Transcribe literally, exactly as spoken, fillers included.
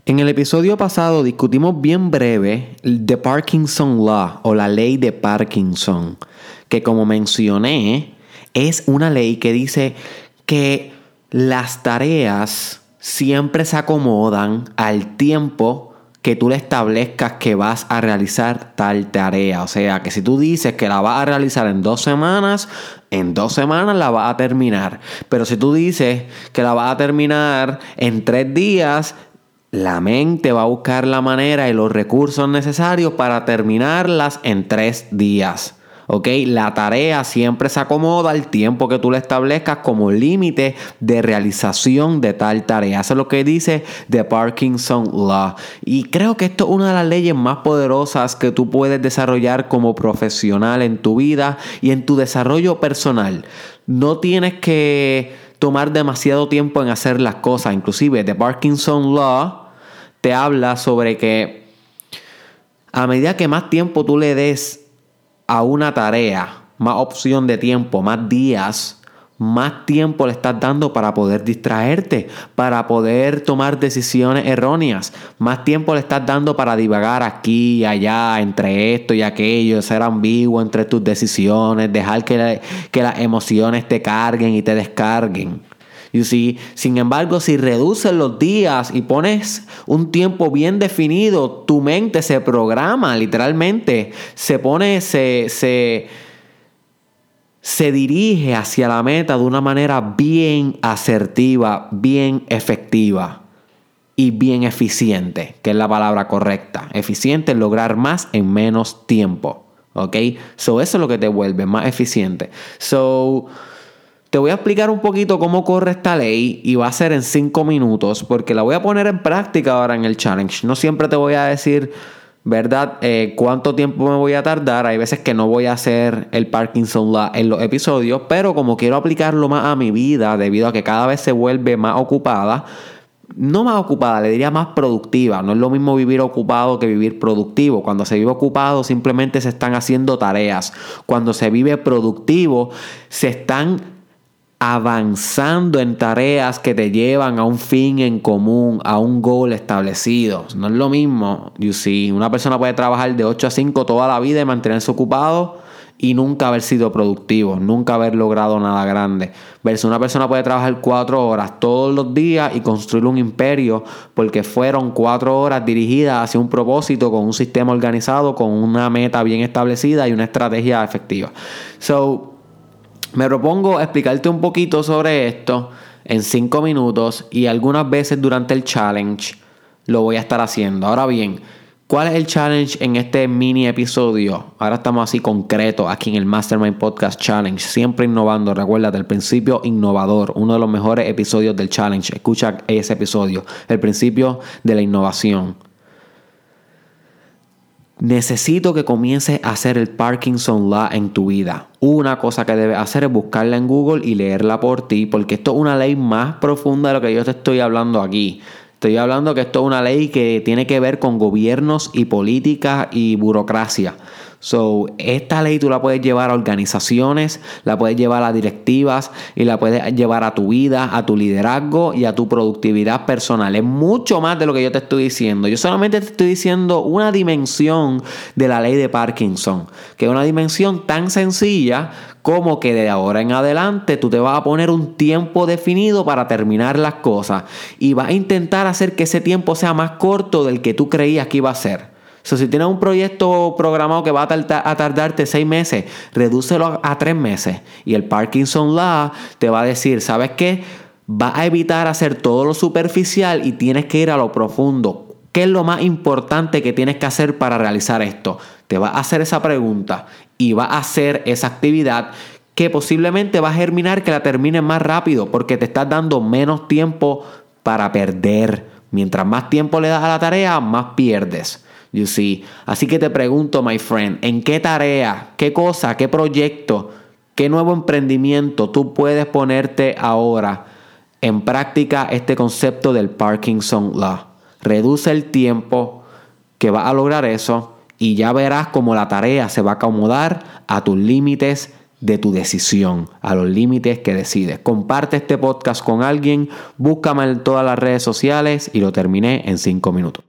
En el episodio pasado discutimos bien breve The Parkinson Law o la ley de Parkinson, que como mencioné es una ley que dice que las tareas siempre se acomodan al tiempo que tú le establezcas que vas a realizar tal tarea. O sea, que si tú dices que la vas a realizar en dos semanas, en dos semanas la vas a terminar. Pero si tú dices que la vas a terminar en tres días, la mente va a buscar la manera y los recursos necesarios para terminarlas en tres días. ¿Ok? La tarea siempre se acomoda al tiempo que tú le establezcas como límite de realización de tal tarea. Eso es lo que dice The Parkinson Law. Y creo que esto es una de las leyes más poderosas que tú puedes desarrollar como profesional en tu vida y en tu desarrollo personal. No tienes que tomar demasiado tiempo en hacer las cosas. Inclusive The Parkinson Law te habla sobre que a medida que más tiempo tú le des a una tarea, más opción de tiempo, más días, más tiempo le estás dando para poder distraerte, para poder tomar decisiones erróneas. Más tiempo le estás dando para divagar aquí y allá, entre esto y aquello, ser ambiguo entre tus decisiones, dejar que, la, que las emociones te carguen y te descarguen. You see? Sin embargo, si reduces los días y pones un tiempo bien definido, tu mente se programa, literalmente, se pone, se, se, se dirige hacia la meta de una manera bien asertiva, bien efectiva y bien eficiente, que es la palabra correcta. Eficiente es lograr más en menos tiempo. ¿Ok? So, eso es lo que te vuelve más eficiente. So, te voy a explicar un poquito cómo corre esta ley y va a ser en cinco minutos porque la voy a poner en práctica ahora en el challenge. No siempre te voy a decir, ¿verdad? Eh, cuánto tiempo me voy a tardar. Hay veces que no voy a hacer el Parkinson Law en los episodios, pero como quiero aplicarlo más a mi vida debido a que cada vez se vuelve más ocupada, no más ocupada, le diría más productiva. No es lo mismo vivir ocupado que vivir productivo. Cuando se vive ocupado simplemente se están haciendo tareas. Cuando se vive productivo se están avanzando en tareas que te llevan a un fin en común, a un goal establecido. No es lo mismo, you see. Una persona puede trabajar de ocho a cinco toda la vida y mantenerse ocupado y nunca haber sido productivo, nunca haber logrado nada grande. Versus una persona puede trabajar cuatro horas todos los días y construir un imperio porque fueron cuatro horas dirigidas hacia un propósito con un sistema organizado, con una meta bien establecida y una estrategia efectiva. So, me propongo explicarte un poquito sobre esto en cinco minutos y algunas veces durante el challenge lo voy a estar haciendo. Ahora bien, ¿cuál es el challenge en este mini episodio? Ahora estamos así concretos aquí en el Mastermind Podcast Challenge, siempre innovando. Recuérdate, el principio innovador, uno de los mejores episodios del challenge. Escucha ese episodio, el principio de la innovación. Necesito que comiences a hacer el Parkinson Law en tu vida. Una cosa que debes hacer es buscarla en Google y leerla por ti, porque esto es una ley más profunda de lo que yo te estoy hablando aquí. Estoy hablando que esto es una ley que tiene que ver con gobiernos y políticas y burocracia. So, esta ley tú la puedes llevar a organizaciones, la puedes llevar a directivas y la puedes llevar a tu vida, a tu liderazgo y a tu productividad personal. Es mucho más de lo que yo te estoy diciendo. Yo solamente te estoy diciendo una dimensión de la ley de Parkinson, que es una dimensión tan sencilla como que de ahora en adelante tú te vas a poner un tiempo definido para terminar las cosas y vas a intentar hacer que ese tiempo sea más corto del que tú creías que iba a ser. So, si tienes un proyecto programado que va a, tardar, a tardarte seis meses, redúcelo a, a tres meses. Y el Parkinson Law te va a decir, ¿sabes qué? Vas a evitar hacer todo lo superficial y tienes que ir a lo profundo. ¿Qué es lo más importante que tienes que hacer para realizar esto? Te vas a hacer esa pregunta y vas a hacer esa actividad que posiblemente va a germinar que la termines más rápido porque te estás dando menos tiempo para perder. Mientras más tiempo le das a la tarea, más pierdes. You see. Así que te pregunto, my friend, ¿en qué tarea, qué cosa, qué proyecto, qué nuevo emprendimiento tú puedes ponerte ahora en práctica este concepto del Parkinson Law? Reduce el tiempo que vas a lograr eso y ya verás cómo la tarea se va a acomodar a tus límites de tu decisión, a los límites que decides. Comparte este podcast con alguien, búscame en todas las redes sociales y lo terminé en cinco minutos.